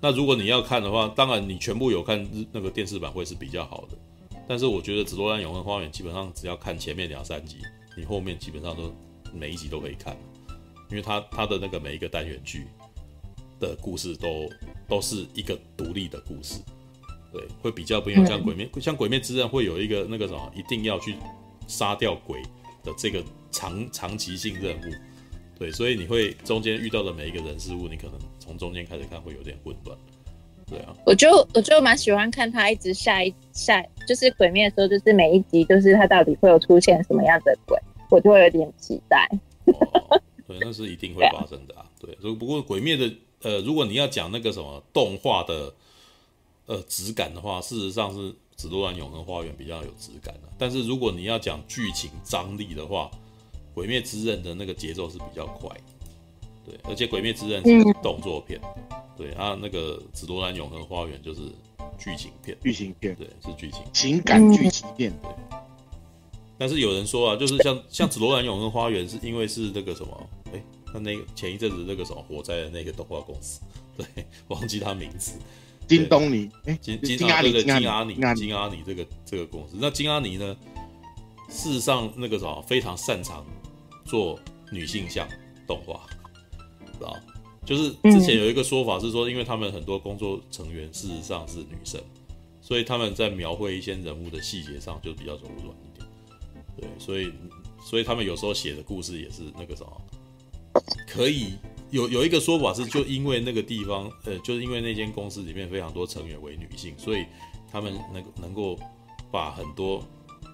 Speaker 1: 那如果你要看的话，当然你全部有看那个电视版会是比较好的。但是我觉得《紫罗兰永恒花园》基本上只要看前面2-3集，你后面基本上都每一集都可以看，因为它的那个每一个单元剧的故事都是一个独立的故事，对，会比较不用像像鬼灭之刃会有一个那个什么一定要去杀掉鬼的这个长期性任务，对，所以你会中间遇到的每一个人事物，你可能从中间开始看会有点混乱。对啊，
Speaker 4: 我就蛮喜欢看他一直下，就是鬼灭的时候，就是每一集就是他到底会有出现什么样的鬼，我就会有点期待。
Speaker 1: 对，那是一定会发生的啊。对，不过鬼灭的如果你要讲那个什么动画的质感的话，事实上是紫罗兰永恒花园比较有质感的。但是如果你要讲剧情张力的话，鬼灭之刃的那个节奏是比较快，对，而且鬼灭之刃是动作片。对啊，那个紫罗兰永恒花园就是剧情片，
Speaker 2: 对，
Speaker 1: 是剧情
Speaker 2: 情感剧情片。
Speaker 1: 对，但是有人说啊，就是像紫罗兰永恒花园是因为是那个什么，那个前一阵子那个什么火灾的那个动画公司，对，忘记他名字，
Speaker 2: 金东尼，
Speaker 1: 金阿尼这个公司。那金阿尼呢，事实上那个什么非常擅长做女性向动画，知道？就是之前有一个说法是说，因为他们很多工作成员事实上是女生，所以他们在描绘一些人物的细节上就比较柔软一点。对，所以他们有时候写的故事也是那个什么，可以有一个说法是，就因为那个地方，就是因为那间公司里面非常多成员为女性，所以他们能够把很多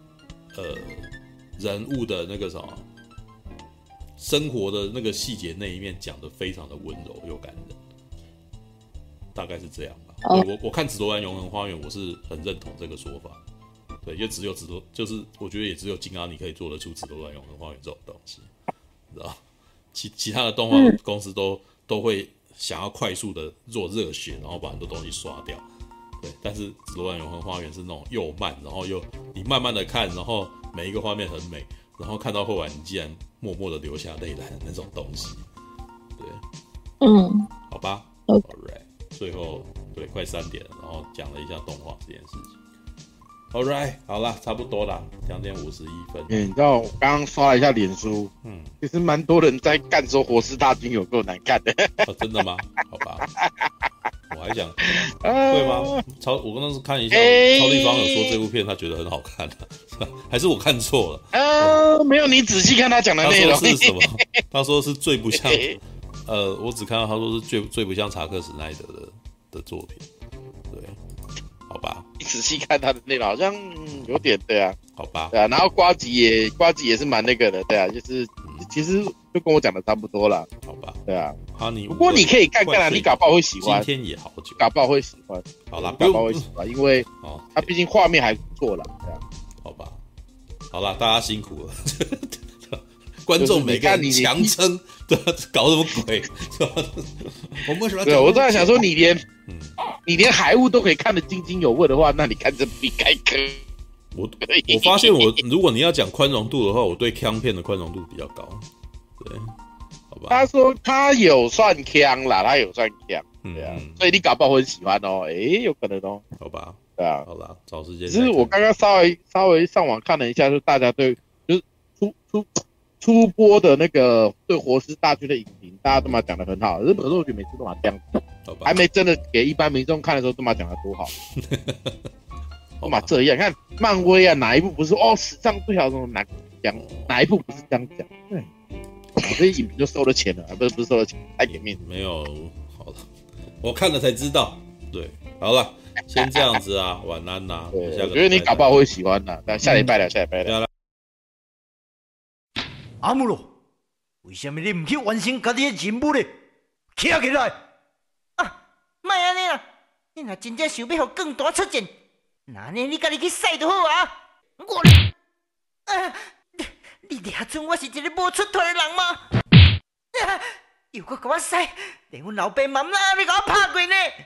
Speaker 1: 人物的那个什么。生活的那个细节那一面讲得非常的温柔又感人，大概是这样吧。我看《紫罗兰永恒花园》，我是很认同这个说法。对，因为就是我觉得也只有金阿尼可以做得出《紫罗兰永恒花园》这种东西，知道？其他的动画公司都会想要快速的做热血，然后把很多东西刷掉。对，但是《紫罗兰永恒花园》是那种又慢，然后又你慢慢的看，然后每一个画面很美。然后看到后来，你竟然默默的流下泪来的那种东西，对，好吧 ，Alright， 最后对快3点了，然后讲了一下动画这件事情 ，Alright， 好啦，差不多啦，2点51分。
Speaker 2: 你知道我刚刚刷了一下脸书，其实蛮多人在干说《火势大军》有够难看的。
Speaker 1: 真的吗？好吧，我还想，对吗？我刚刚是看一下，超立方有说这部片他觉得很好看还是我看错
Speaker 2: 了？没有，你仔细看他讲的内容。
Speaker 1: 他说是什么？他说是最不像，我只看到他说是最不像查克·史奈德的作品。对，好吧。
Speaker 2: 你仔细看他的内容，好像有点对啊。
Speaker 1: 好吧。
Speaker 2: 对啊，然后呱吉也是蛮那个的，对啊，就是其实就跟我讲的差不多啦。
Speaker 1: 好吧。
Speaker 2: 对啊。
Speaker 1: 不
Speaker 2: 过你可以看看啊，你搞不好会喜欢。
Speaker 1: 今天也好久。
Speaker 2: 搞不好会喜欢。
Speaker 1: 好啦，
Speaker 2: 搞不好会喜欢，因为他毕竟画面还不错啦。对啊。
Speaker 1: 好吧，好啦，大家辛苦了。观众每个人强撑，对，搞什么鬼？我们为什么要？
Speaker 2: 对，我突然想说，你连海雾都可以看得津津有味的话，那你看这比该可。
Speaker 1: 我发现如果你要讲宽容度的话，我对腔片的宽容度比较高。对，好吧。
Speaker 2: 他说他有算腔啦，对啊，所以你搞不好会喜欢哦，有可能哦。
Speaker 1: 好吧。
Speaker 2: 对啊，
Speaker 1: 好啦，找时间。
Speaker 2: 只是我刚刚稍微上网看了一下，就大家对就是出播的那个对活尸大军的影评，大家都嘛讲得很好。日本我觉得每次都嘛这样子，还没真的给一般民众看的时候，都嘛讲得多好。都嘛这样，看漫威啊，哪一部不是史上最好的哪一部不是这样讲？对，这些影评就收了钱了，不是收了钱，太给面子。
Speaker 1: 没有，好了，我看了才知道。对，好了。先这样子啊，晚安啦。
Speaker 2: 我觉得你搞不好会喜欢的。那下礼拜了。
Speaker 5: 阿姆罗，为什么你唔去完成家己的任务呢？起来！啊，莫安尼啦！你若真正想要互更大出战，那呢你家己去使就好啊。你抓准我是一个无出头的人吗？又搁甲我使，连阮老爸妈妈你甲我拍过呢。